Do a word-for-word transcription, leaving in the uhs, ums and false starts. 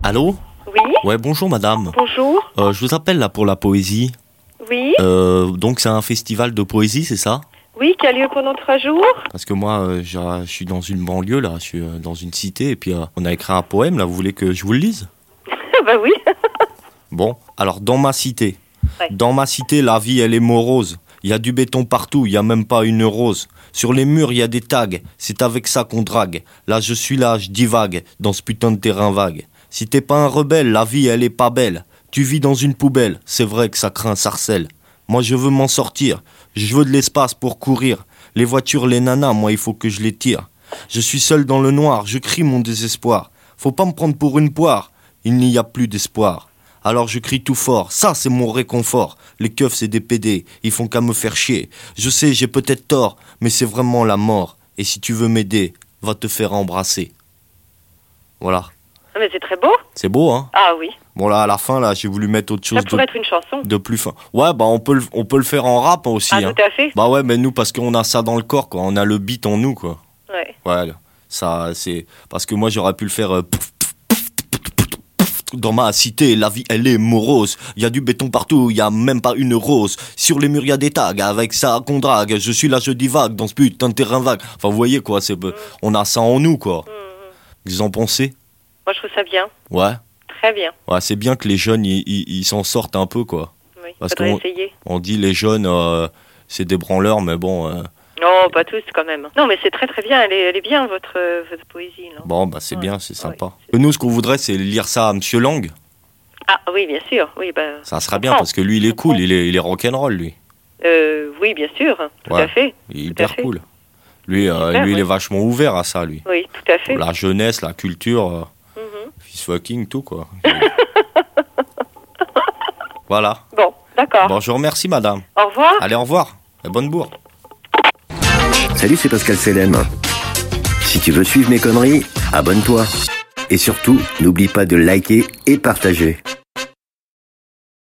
Allô? Oui. Ouais, bonjour madame. Bonjour. Euh, je vous appelle là pour la poésie. Oui. Euh, donc c'est un festival de poésie, c'est ça? Oui, qui a lieu pendant trois jours. Parce que moi, euh, je je suis dans une banlieue là, je suis euh, dans une cité et puis euh, on a écrit un poème là. Vous voulez que je vous le lise? Bah oui. Bon, alors dans ma cité, Ouais. dans ma cité, la vie elle est morose. Il y a du béton partout, il y a même pas une rose. Sur les murs, il y a des tags, c'est avec ça qu'on drague. Là, je suis là, je divague dans ce putain de terrain vague. Si t'es pas un rebelle, la vie elle est pas belle. Tu vis dans une poubelle, c'est vrai que ça craint sarcelle. Moi je veux m'en sortir, je veux de l'espace pour courir. Les voitures, les nanas, moi il faut que je les tire. Je suis seul dans le noir, je crie mon désespoir. Faut pas me prendre pour une poire, il n'y a plus d'espoir. Alors je crie tout fort, ça c'est mon réconfort. Les keufs c'est des pédés, ils font qu'à me faire chier. Je sais j'ai peut-être tort, mais c'est vraiment la mort. Et si tu veux m'aider, va te faire embrasser. Voilà. Ah, mais c'est très beau. C'est beau, hein? Ah oui. Bon là, à la fin, là, j'ai voulu mettre autre chose Ça pourrait de, être une chanson. de plus fin. Ouais, bah on peut, le, on peut le faire en rap aussi. Ah, hein. tout à fait. Bah ouais, mais nous, parce qu'on a ça dans le corps, quoi. On a le beat en nous, quoi. Ouais. Ouais, ça, c'est... Parce que moi, j'aurais pu le faire... euh, Dans ma cité, la vie, elle est morose. Il y a du béton partout, il y a même pas une rose. Sur les murs, il y a des tags, avec ça qu'on drague. Je suis là, je divague, dans ce putain de terrain vague. Enfin, vous voyez, quoi, c'est... Mm. On a ça en nous, quoi. Mm. Vous en pensez? Moi, je trouve ça bien. Ouais. Très bien. Ouais, c'est bien que les jeunes, ils, ils, ils s'en sortent un peu, quoi. Oui. Parce Faudrait qu'on essayer. on dit les jeunes, euh, c'est des branleurs, mais bon... euh, Non, pas tous quand même. Non, mais c'est très très bien. Elle est, elle est bien votre, euh, votre poésie. Là. Bon, bah c'est Ouais. bien, c'est sympa. Ouais. Nous, ce qu'on voudrait, c'est lire ça à Monsieur Lang. Ah oui, bien sûr. Oui, ben. Ça serait bien, parce que lui, il est cool, il est, il est rock'n'roll, lui. Euh, oui, bien sûr. Tout Ouais. à fait. Il est Tout à hyper fait. cool. Lui, euh, Super, lui il oui. est vachement ouvert à ça, lui. Oui, tout à fait. La jeunesse, la culture, euh, Mhm. fist fucking, tout, quoi. Voilà. Bon, d'accord. Bon, je vous remercie, madame. Au revoir. Allez, au revoir. Et bonne bourre. Salut, c'est Pascal Selem. Si tu veux suivre mes conneries, abonne-toi. Et surtout, n'oublie pas de liker et partager.